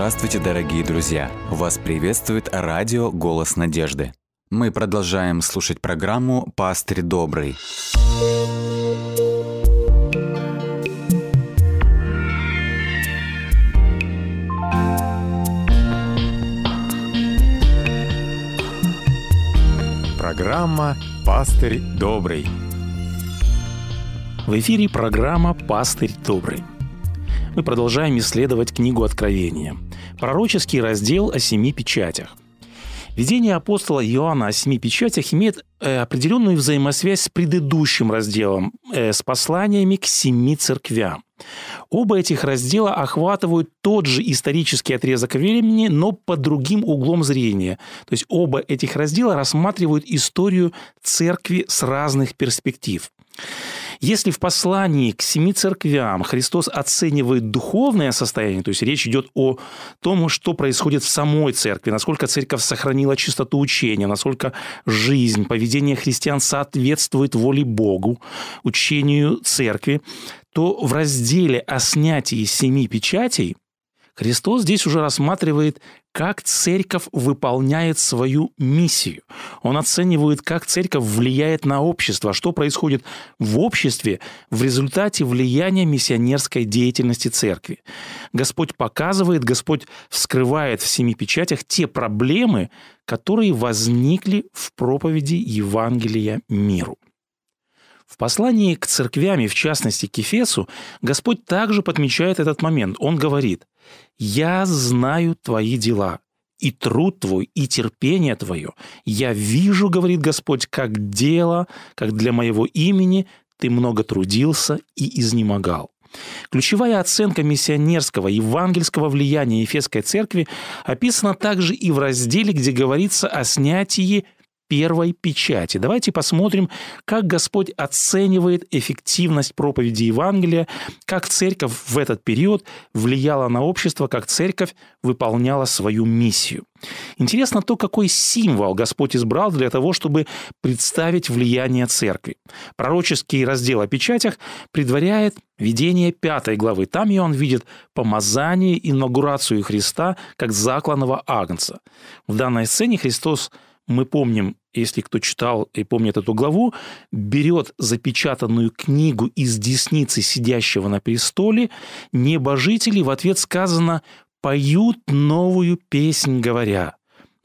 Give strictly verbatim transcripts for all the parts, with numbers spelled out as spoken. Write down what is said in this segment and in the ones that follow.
Здравствуйте, дорогие друзья! Вас приветствует радио «Голос надежды». Мы продолжаем слушать программу «Пастырь добрый». Программа «Пастырь добрый». В эфире программа «Пастырь добрый». Мы продолжаем исследовать книгу Откровения. Пророческий раздел о семи печатях. Видение апостола Иоанна о семи печатях имеет э, определенную взаимосвязь с предыдущим разделом, э, с посланиями к семи церквям. Оба этих раздела охватывают тот же исторический отрезок времени, но под другим углом зрения. То есть оба этих раздела рассматривают историю церкви с разных перспектив. Если в послании к семи церквям Христос оценивает духовное состояние, то есть речь идет о том, что происходит в самой церкви, насколько церковь сохранила чистоту учения, насколько жизнь, поведение христиан соответствует воле Богу, учению церкви, то в разделе о снятии семи печатей Христос здесь уже рассматривает, как церковь выполняет свою миссию. Он оценивает, как церковь влияет на общество, что происходит в обществе в результате влияния миссионерской деятельности церкви. Господь показывает, Господь вскрывает в семи печатях те проблемы, которые возникли в проповеди Евангелия миру. В послании к церквям, и в частности к Ефесу, Господь также подмечает этот момент. Он говорит: «Я знаю твои дела, и труд твой, и терпение твое. Я вижу, — говорит Господь, — как дело, как для моего имени ты много трудился и изнемогал». Ключевая оценка миссионерского евангельского влияния Ефесской церкви описана также и в разделе, где говорится о снятии первой печати. Давайте посмотрим, как Господь оценивает эффективность проповеди Евангелия, как церковь в этот период влияла на общество, как церковь выполняла свою миссию. Интересно то, какой символ Господь избрал для того, чтобы представить влияние церкви. Пророческий раздел о печатях предваряет видение пятой главы. Там Иоанн видит помазание, инаугурацию Христа как закланного агнца. В данной сцене Христос, мы помним, если кто читал и помнит эту главу, берет запечатанную книгу из десницы сидящего на престоле, небожители, в ответ сказано: «поют новую песнь, говоря: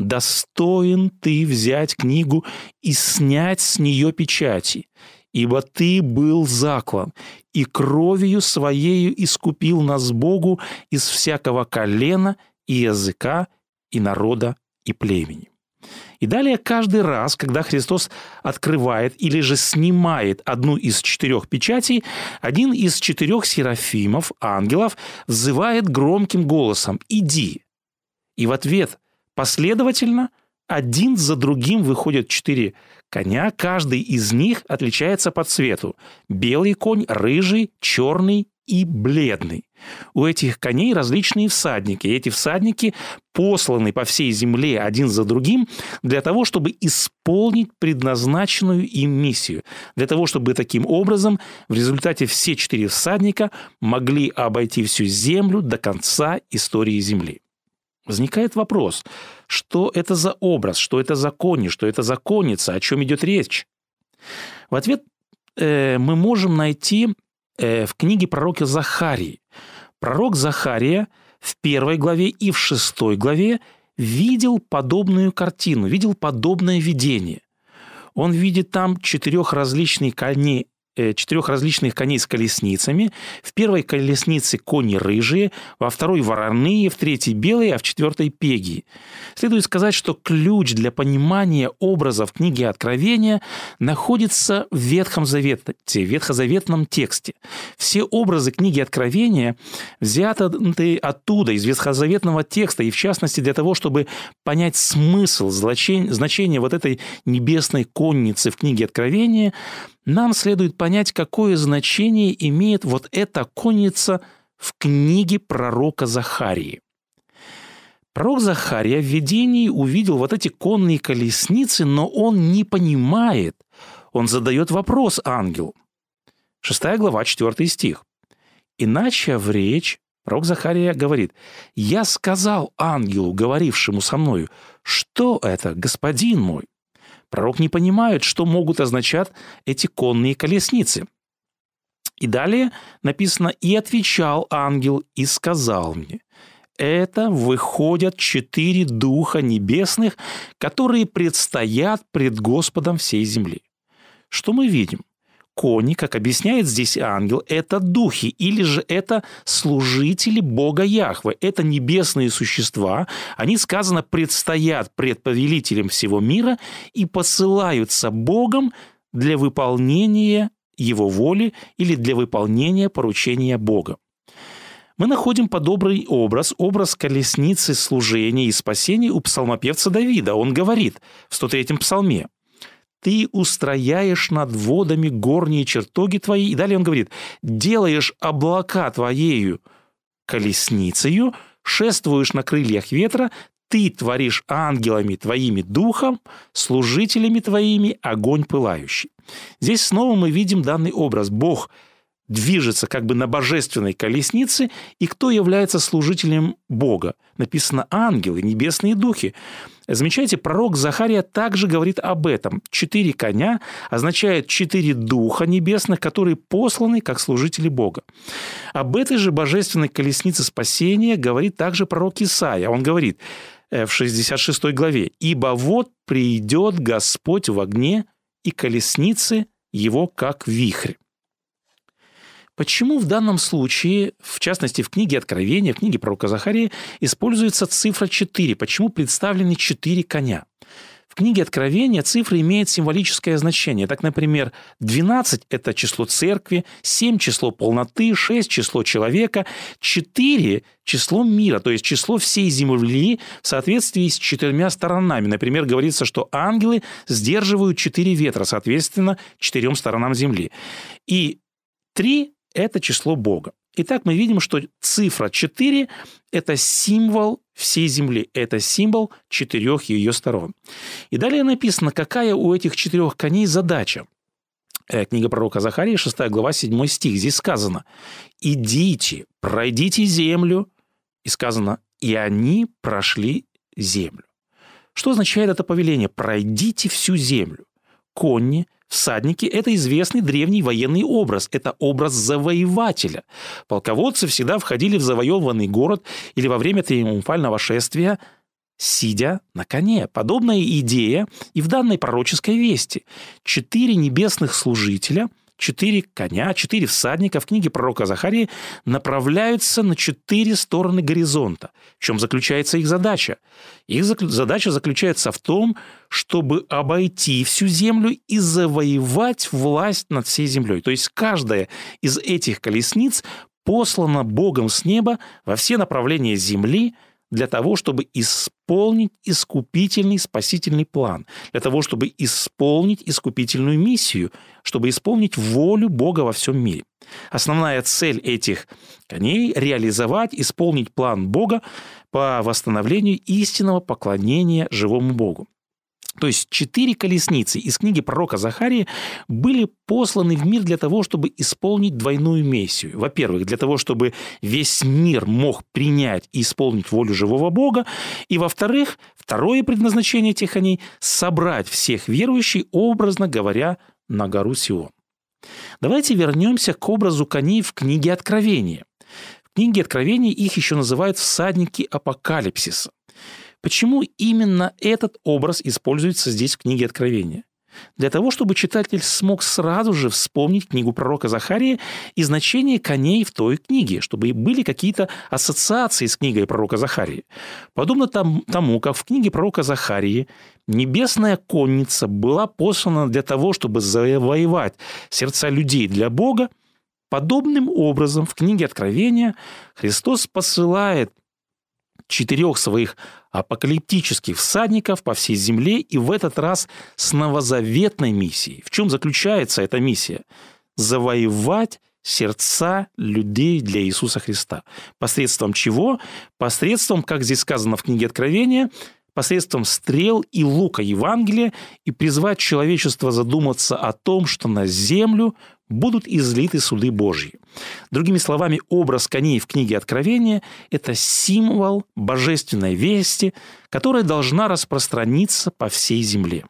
достоин ты взять книгу и снять с нее печати, ибо ты был заклан, и кровью своею искупил нас Богу из всякого колена и языка и народа и племени». И далее каждый раз, когда Христос открывает или же снимает одну из четырех печатей, один из четырех серафимов, ангелов, взывает громким голосом: «Иди!» И в ответ последовательно один за другим выходят четыре коня, каждый из них отличается по цвету: белый конь, рыжий, черный и бледный. У этих коней различные всадники, и эти всадники посланы по всей земле один за другим для того, чтобы исполнить предназначенную им миссию, для того, чтобы таким образом в результате все четыре всадника могли обойти всю землю до конца истории земли. Возникает вопрос, что это за образ, что это за кони, что это за конница, о чем идет речь? В ответ э, мы можем найти э, в книге пророка Захарии. Пророк Захария в первой главе и в шестой главе видел подобную картину, видел подобное видение. Он видит там четырех различных коней, четырех различных коней с колесницами. В первой колеснице кони рыжие, во второй вороные, в третьей белые, а в четвертой пегии. Следует сказать, что ключ для понимания образов книги Откровения находится в Ветхом Завете, в ветхозаветном тексте. Все образы книги Откровения взяты оттуда, из ветхозаветного текста, и в частности для того, чтобы понять смысл, значение вот этой небесной конницы в книге Откровения, нам следует понять, какое значение имеет вот эта конница в книге пророка Захарии. Пророк Захария в видении увидел вот эти конные колесницы, но он не понимает. Он задает вопрос ангелу. Шестая глава, четвертый стих. «И начав речь, Пророк Захария говорит: «Я сказал ангелу, говорившему со мною, что это, господин мой?» Пророк не понимает, что могут означать эти конные колесницы. И далее написано: «И отвечал ангел и сказал мне: это выходят четыре духа небесных, которые предстоят пред Господом всей земли». Что мы видим? Кони, как объясняет здесь ангел, это духи, или же это служители Бога Яхве. Это небесные существа. Они, сказано, предстоят пред повелителем всего мира и посылаются Богом для выполнения Его воли или для выполнения поручения Бога. Мы находим подобный образ, образ колесницы служения и спасения у псалмопевца Давида. Он говорит в сто третьем псалме: «Ты устрояешь над водами горние чертоги твои». И далее он говорит: «Делаешь облака твоею колесницею, шествуешь на крыльях ветра, ты творишь ангелами твоими духом, служителями твоими огонь пылающий». Здесь снова мы видим данный образ. Бог движется как бы на божественной колеснице, и кто является служителем Бога? Написано ангелы, небесные духи. Замечаете, пророк Захария также говорит об этом. Четыре коня означает четыре духа небесных, которые посланы как служители Бога. Об этой же божественной колеснице спасения говорит также пророк Исаия. Он говорит в шестьдесят шестой главе: «Ибо вот придет Господь в огне, и колесницы его как вихрь». Почему в данном случае, в частности в книге Откровения, в книге пророка Захарии, используется цифра четыре? Почему представлены четыре коня? В книге Откровения цифра имеет символическое значение. Так, например, двенадцать – это число церкви, семь – число полноты, шесть – число человека, четыре – число мира, то есть число всей земли в соответствии с четырьмя сторонами. Например, говорится, что ангелы сдерживают четыре ветра, соответственно, четырем сторонам земли. И три – это число Бога. Итак, мы видим, что цифра четыре – это символ всей земли, это символ четырех ее сторон. И далее написано, какая у этих четырех коней задача. Книга пророка Захарии, шестая глава, седьмой стих. Здесь сказано: «Идите, пройдите землю». И сказано: «И они прошли землю». Что означает это повеление? Пройдите всю землю. Кони, всадники – это известный древний военный образ. Это образ завоевателя. Полководцы всегда входили в завоеванный город или во время триумфального шествия, сидя на коне. Подобная идея и в данной пророческой вести. Четыре небесных служителя, четыре коня, четыре всадника в книге пророка Захарии направляются на четыре стороны горизонта. В чем заключается их задача? Их задача заключается в том, чтобы обойти всю землю и завоевать власть над всей землей. То есть каждая из этих колесниц послана Богом с неба во все направления земли для того, чтобы исполнить искупительный спасительный план, для того, чтобы исполнить искупительную миссию, чтобы исполнить волю Бога во всем мире. Основная цель этих коней – реализовать, исполнить план Бога по восстановлению истинного поклонения живому Богу. То есть четыре колесницы из книги пророка Захарии были посланы в мир для того, чтобы исполнить двойную миссию. Во-первых, для того, чтобы весь мир мог принять и исполнить волю живого Бога. И, во-вторых, второе предназначение этих коней – собрать всех верующих, образно говоря, на гору Сион. Давайте вернемся к образу коней в книге Откровения. В книге Откровения их еще называют всадники апокалипсиса. Почему именно этот образ используется здесь в книге Откровения? Для того, чтобы читатель смог сразу же вспомнить книгу пророка Захарии и значение коней в той книге, чтобы были какие-то ассоциации с книгой пророка Захарии. Подобно тому, как в книге пророка Захарии небесная конница была послана для того, чтобы завоевать сердца людей для Бога, подобным образом в книге Откровения Христос посылает четырех своих апокалиптических всадников по всей земле, и в этот раз с новозаветной миссией. В чем заключается эта миссия? Завоевать сердца людей для Иисуса Христа. Посредством чего? Посредством, как здесь сказано в книге Откровения, посредством стрел и лука Евангелия, и призвать человечество задуматься о том, что на землю будут излиты суды Божьи. Другими словами, образ коней в книге Откровения – это символ божественной вести, которая должна распространиться по всей земле.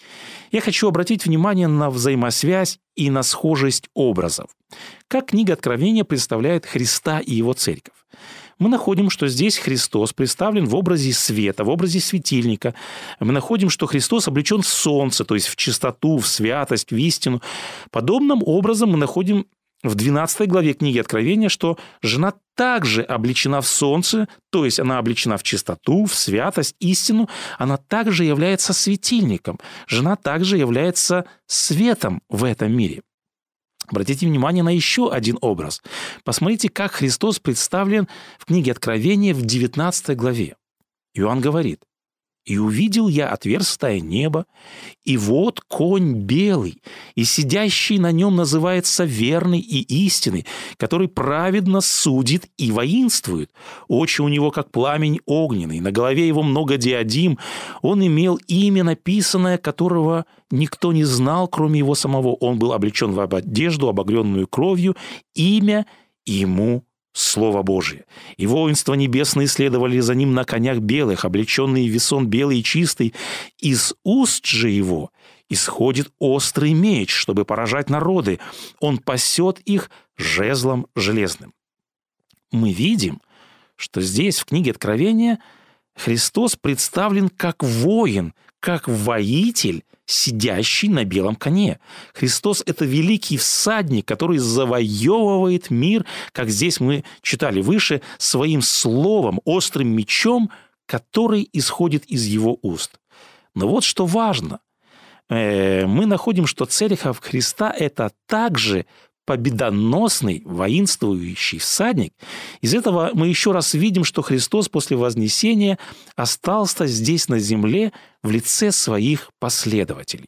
Я хочу обратить внимание на взаимосвязь и на схожесть образов. Как книга Откровения представляет Христа и Его церковь? Мы находим, что здесь Христос представлен в образе света, в образе светильника. Мы находим, что Христос облечен в солнце, то есть в чистоту, в святость, в истину. Подобным образом мы находим в двенадцатой главе книги Откровения, что жена также облечена в солнце, то есть она облечена в чистоту, в святость, истину. Она также является светильником. Жена также является светом в этом мире. Обратите внимание на еще один образ. Посмотрите, как Христос представлен в книге Откровения в девятнадцатой главе. Иоанн говорит: «И увидел я отверстое небо, и вот конь белый, и сидящий на нем называется верный и истинный, который праведно судит и воинствует. Очи у него, как пламень огненный, на голове его много диадим. Он имел имя, написанное, которого никто не знал, кроме его самого. Он был облечен в одежду, обогренную кровью, имя ему Слово Божие. И воинства небесные следовали за ним на конях белых, облеченные в весон белый и чистый. Из уст же его исходит острый меч, чтобы поражать народы. Он пасет их жезлом железным». Мы видим, что здесь, в книге Откровения, Христос представлен как воин, как воитель, сидящий на белом коне. Христос – это великий всадник, который завоевывает мир, как здесь мы читали выше, своим словом, острым мечом, который исходит из его уст. Но вот что важно. Мы находим, что церковь Христа – это также победоносный, воинствующий всадник. Из этого мы еще раз видим, что Христос после вознесения остался здесь на земле в лице своих последователей.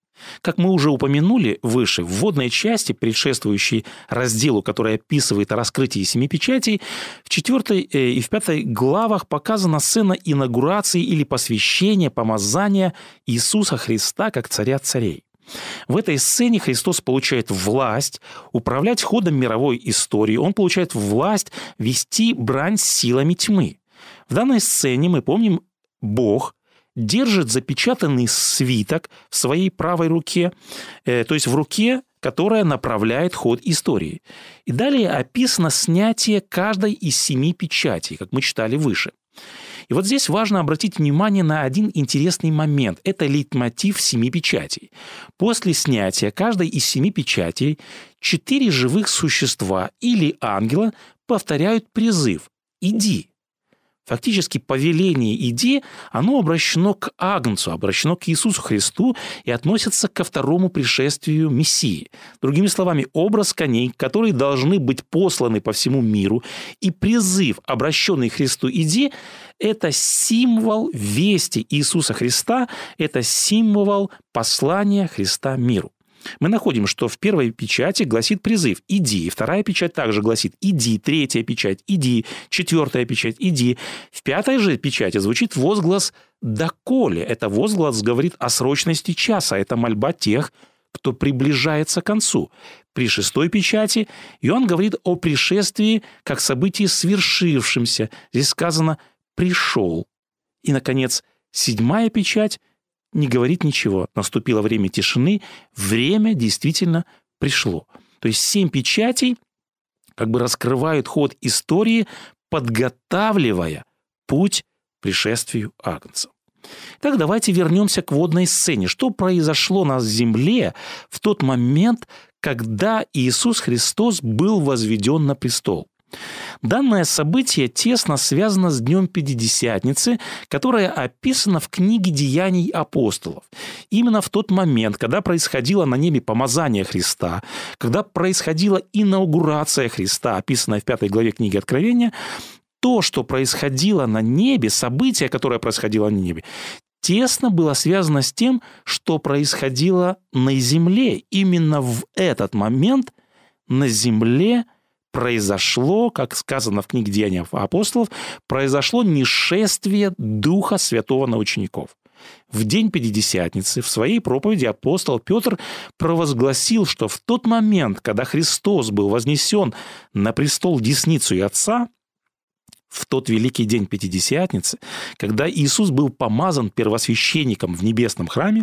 Как мы уже упомянули выше, в вводной части, предшествующей разделу, который описывает раскрытие семи печатей, в четвертой и в пятой главах показана сцена инаугурации или посвящения, помазания Иисуса Христа как царя царей. В этой сцене Христос получает власть управлять ходом мировой истории. Он получает власть вести брань с силами тьмы. В данной сцене, мы помним, Бог держит запечатанный свиток в своей правой руке, э, то есть в руке, которая направляет ход истории. И далее описано снятие каждой из семи печатей, как мы читали выше. И вот здесь важно обратить внимание на один интересный момент. Это лейтмотив семи печатей. После снятия каждой из семи печатей четыре живых существа или ангела повторяют призыв «Иди». Фактически повеление «иди», оно обращено к Агнцу, обращено к Иисусу Христу и относится ко второму пришествию Мессии. Другими словами, образ коней, которые должны быть посланы по всему миру, и призыв, обращенный к Христу «иди», это символ вести Иисуса Христа, это символ послания Христа миру. Мы находим, что в первой печати гласит призыв «иди», вторая печать также гласит «иди», третья печать «иди», четвертая печать «иди». В пятой же печати звучит возглас «доколе». Это возглас говорит о срочности часа, это мольба тех, кто приближается к концу. При шестой печати Иоанн говорит о пришествии как событии свершившемся. Здесь сказано «пришел». И, наконец, седьмая печать не говорит ничего. Наступило время тишины, время действительно пришло. То есть семь печатей как бы раскрывают ход истории, подготавливая путь к пришествию Агнца. Итак, давайте вернемся к водной сцене. Что произошло на земле в тот момент, когда Иисус Христос был возведен на престол? Данное событие тесно связано с Днем Пятидесятницы, которое описано в книге «Деяний апостолов». Именно в тот момент, когда происходило на небе помазание Христа, когда происходила инаугурация Христа, описанная в пятой главе книги Откровения, то, что происходило на небе, событие, которое происходило на небе, тесно было связано с тем, что происходило на земле. Именно в этот момент на земле произошло, как сказано в книге «Деяний апостолов», произошло нешествие Духа Святого на учеников. В день Пятидесятницы в своей проповеди апостол Петр провозгласил, что в тот момент, когда Христос был вознесен на престол десницу и Отца, в тот великий день Пятидесятницы, когда Иисус был помазан первосвященником в небесном храме,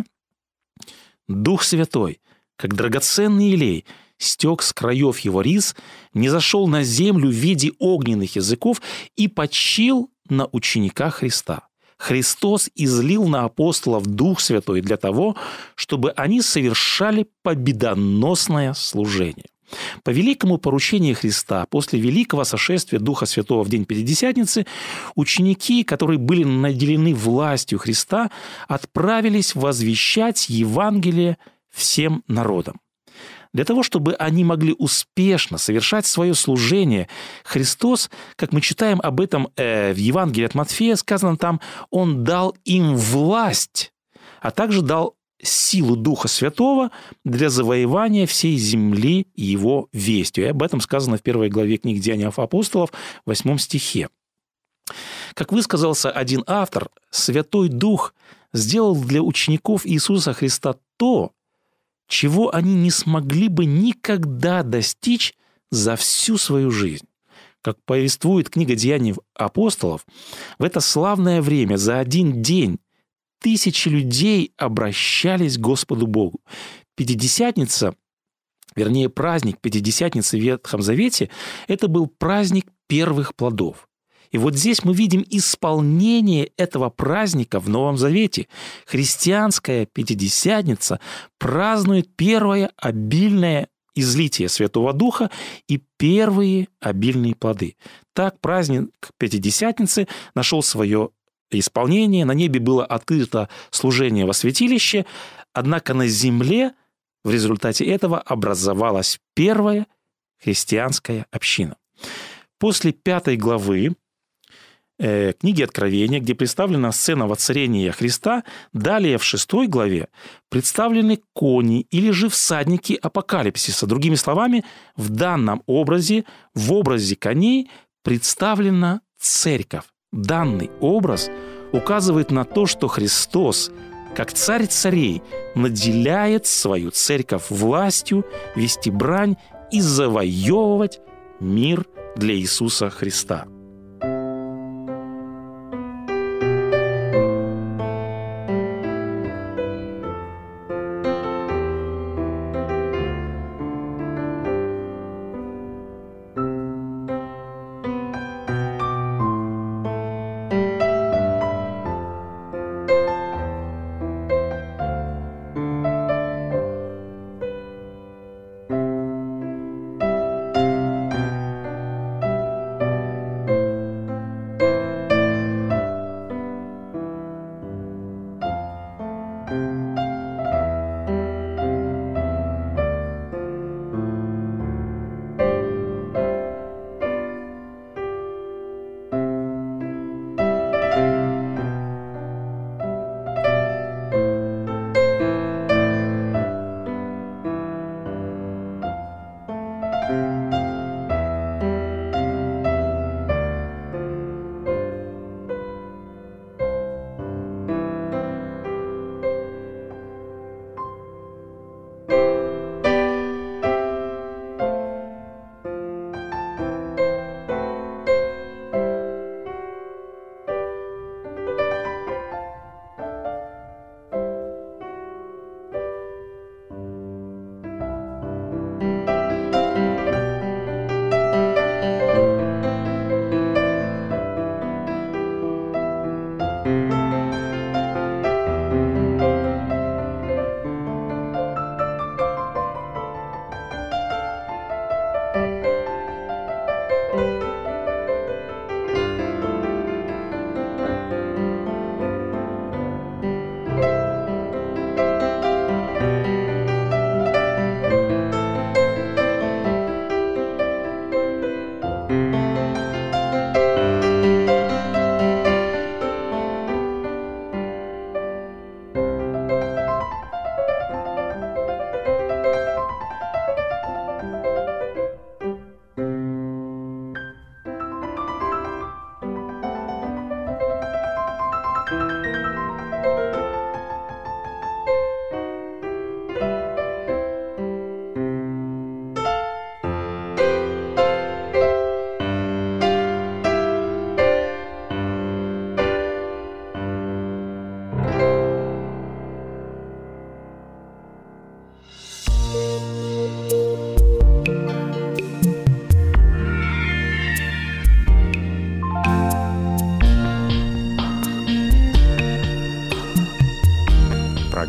Дух Святой, как драгоценный елей, стек с краев его рис, низошел на землю в виде огненных языков и почил на учениках Христа. Христос излил на апостолов Дух Святой для того, чтобы они совершали победоносное служение. По великому поручению Христа, после великого сошествия Духа Святого в день Пятидесятницы, ученики, которые были наделены властью Христа, отправились возвещать Евангелие всем народам. Для того, чтобы они могли успешно совершать свое служение, Христос, как мы читаем об этом э, в Евангелии от Матфея, сказано там, Он дал им власть, а также дал силу Духа Святого для завоевания всей земли Его вестью. И об этом сказано в первой главе книги «Деяний апостолов», в восьмом стихе. Как высказался один автор, Святой Дух сделал для учеников Иисуса Христа то, чего они не смогли бы никогда достичь за всю свою жизнь. Как повествует книга «Деяний апостолов», в это славное время за один день тысячи людей обращались к Господу Богу. Пятидесятница, вернее, праздник Пятидесятницы в Ветхом Завете, это был праздник первых плодов. И вот здесь мы видим исполнение этого праздника в Новом Завете. Христианская Пятидесятница празднует первое обильное излитие Святого Духа и первые обильные плоды. Так праздник Пятидесятницы нашел свое исполнение. На небе было открыто служение во святилище, однако на земле в результате этого образовалась первая христианская община. После пятой главы э, книги Откровения, где представлена сцена воцарения Христа, далее в шестой главе представлены кони или же всадники апокалипсиса. Другими словами, в данном образе, в образе коней представлена церковь. Данный образ указывает на то, что Христос, как царь царей, наделяет свою церковь властью вести брань и завоевывать мир для Иисуса Христа.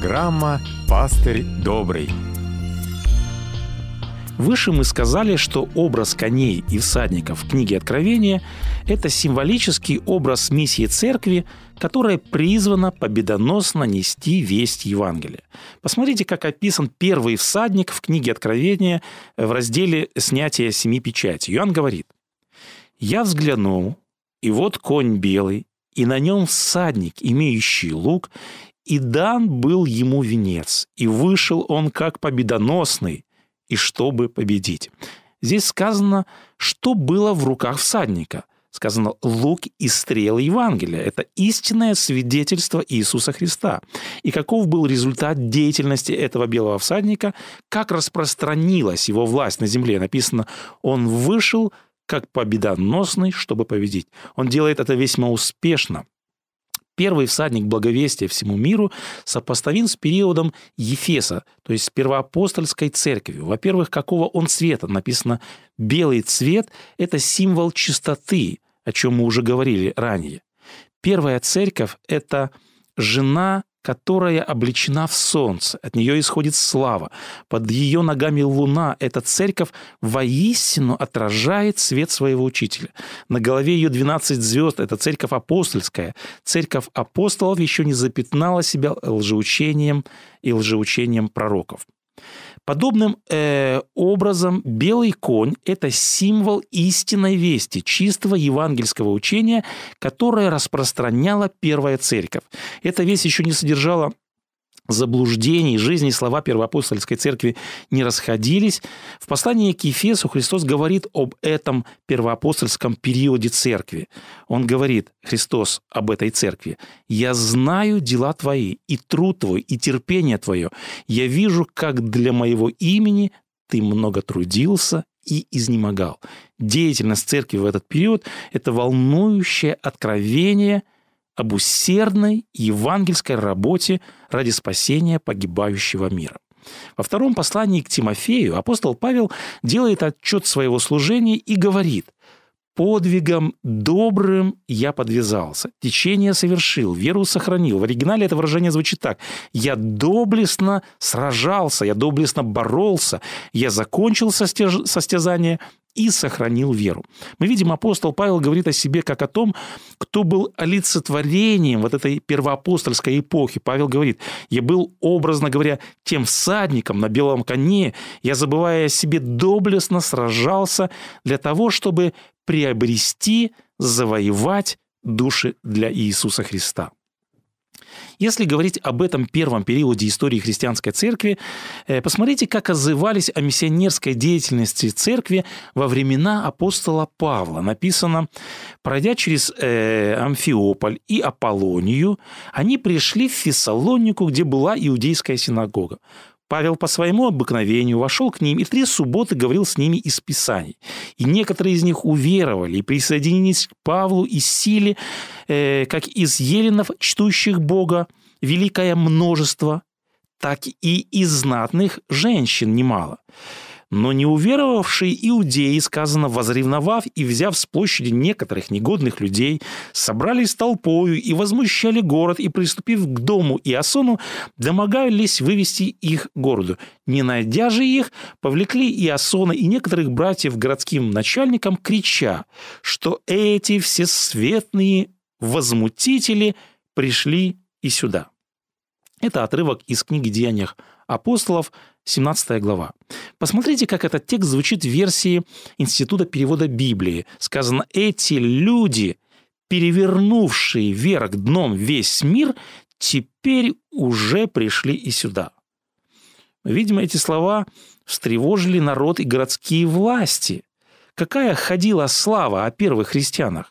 Программа «Пастырь добрый». Выше мы сказали, что образ коней и всадников в книге Откровения – это символический образ миссии церкви, которая призвана победоносно нести весть Евангелия. Посмотрите, как описан первый всадник в книге Откровения в разделе «Снятие семи печатей». Иоанн говорит: «Я взглянул, и вот конь белый, и на нем всадник, имеющий лук, и дан был ему венец, и вышел он как победоносный, и чтобы победить». Здесь сказано, что было в руках всадника. Сказано лук и стрелы Евангелия. Это истинное свидетельство Иисуса Христа. И каков был результат деятельности этого белого всадника, как распространилась его власть на земле. Написано, он вышел как победоносный, чтобы победить. Он делает это весьма успешно. Первый всадник благовестия всему миру сопоставим с периодом Ефеса, то есть с первоапостольской церковью. Во-первых, какого он цвета? Написано, белый цвет – это символ чистоты, о чем мы уже говорили ранее. Первая церковь – это жена, которая облечена в солнце. От нее исходит слава. Под ее ногами луна. Эта церковь воистину отражает свет своего учителя. На голове ее двенадцать звезд. Это церковь апостольская. Церковь апостолов еще не запятнала себя лжеучением и лжеучением пророков. Подобным э, образом белый конь – это символ истинной вести, чистого евангельского учения, которое распространяла первая церковь. Эта весть еще не содержала заблуждений, жизни, слова первоапостольской церкви не расходились. В послании к Ефесу Христос говорит об этом первоапостольском периоде церкви. Он говорит, Христос, об этой церкви: «Я знаю дела твои, и труд твой, и терпение твое. Я вижу, как для моего имени ты много трудился и изнемогал». Деятельность церкви в этот период – это волнующее откровение об усердной евангельской работе ради спасения погибающего мира. Во втором послании к Тимофею апостол Павел делает отчет своего служения и говорит: «Подвигом добрым я подвязался, течение совершил, веру сохранил». В оригинале это выражение звучит так: «Я доблестно сражался, я доблестно боролся, я закончил состяж... состязание и сохранил веру». Мы видим, апостол Павел говорит о себе как о том, кто был олицетворением вот этой первоапостольской эпохи. Павел говорит: «Я был, образно говоря, тем всадником на белом коне, я, забывая о себе, доблестно сражался для того, чтобы приобрести, завоевать души для Иисуса Христа». Если говорить об этом первом периоде истории христианской церкви, посмотрите, как отзывались о миссионерской деятельности церкви во времена апостола Павла. Написано: «Пройдя через Амфиополь и Аполлонию, они пришли в Фессалонику, где была иудейская синагога. Павел по своему обыкновению вошел к ним и три субботы говорил с ними из Писаний. И некоторые из них уверовали и присоединились к Павлу и силе, э, как из еленов, чтущих Бога, великое множество, так и из знатных женщин немало. Но неуверовавшие иудеи, сказано, возревновав и взяв с площади некоторых негодных людей, собрались толпою и возмущали город, и, приступив к дому Иасону, домогались вывести их к городу. Не найдя же их, повлекли Иасона и некоторых братьев городским начальникам, крича, что эти всесветные возмутители пришли и сюда». Это отрывок из книги «Деяниях апостолов», семнадцатая глава. Посмотрите, как этот текст звучит в версии Института перевода Библии. Сказано: «Эти люди, перевернувшие вверх дном весь мир, теперь уже пришли и сюда». Видимо, эти слова встревожили народ и городские власти. Какая ходила слава о первых христианах?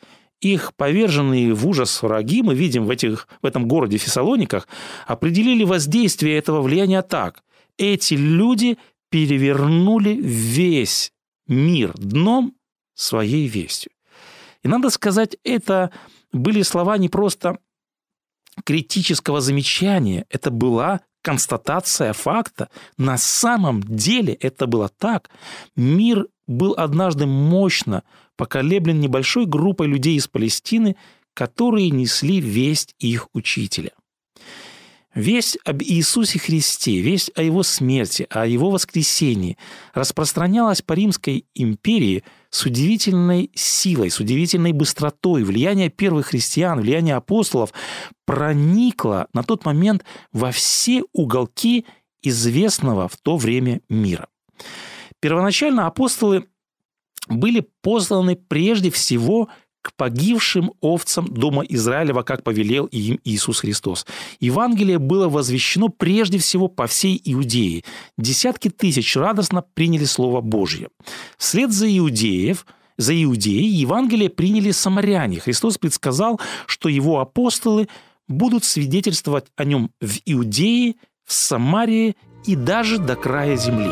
Их поверженные в ужас враги, мы видим в, этих, в этом городе Фессалониках, определили воздействие этого влияния так: эти люди перевернули весь мир дном своей вестью. И надо сказать, это были слова не просто критического замечания, это была констатация факта. На самом деле это было так. Мир был однажды мощно поколеблен небольшой группой людей из Палестины, которые несли весть их учителя. Весть об Иисусе Христе, весть о Его смерти, о Его воскресении распространялась по Римской империи с удивительной силой, с удивительной быстротой. Влияние первых христиан, влияние апостолов проникло на тот момент во все уголки известного в то время мира. Первоначально апостолы были посланы прежде всего к погибшим овцам дома Израилева, как повелел им Иисус Христос. Евангелие было возвещено прежде всего по всей Иудее. Десятки тысяч радостно приняли Слово Божье. Вслед за иудеев, за Иудеей Евангелие приняли самаряне. Христос предсказал, что его апостолы будут свидетельствовать о нем в Иудее, в Самарии и даже до края земли.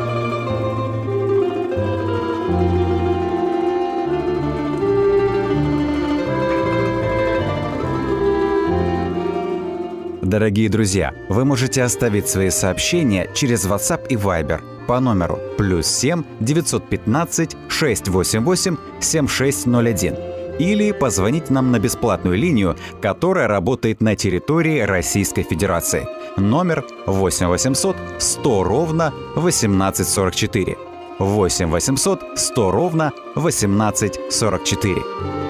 Дорогие друзья, вы можете оставить свои сообщения через WhatsApp и Viber по номеру плюс семь девятьсот пятнадцать шестьсот восемьдесят восемь семьдесят шесть ноль один или позвонить нам на бесплатную линию, которая работает на территории Российской Федерации. Номер восемь восемьсот сто ровно восемнадцать сорок четыре. восемь восемьсот сто ровно восемнадцать сорок четыре.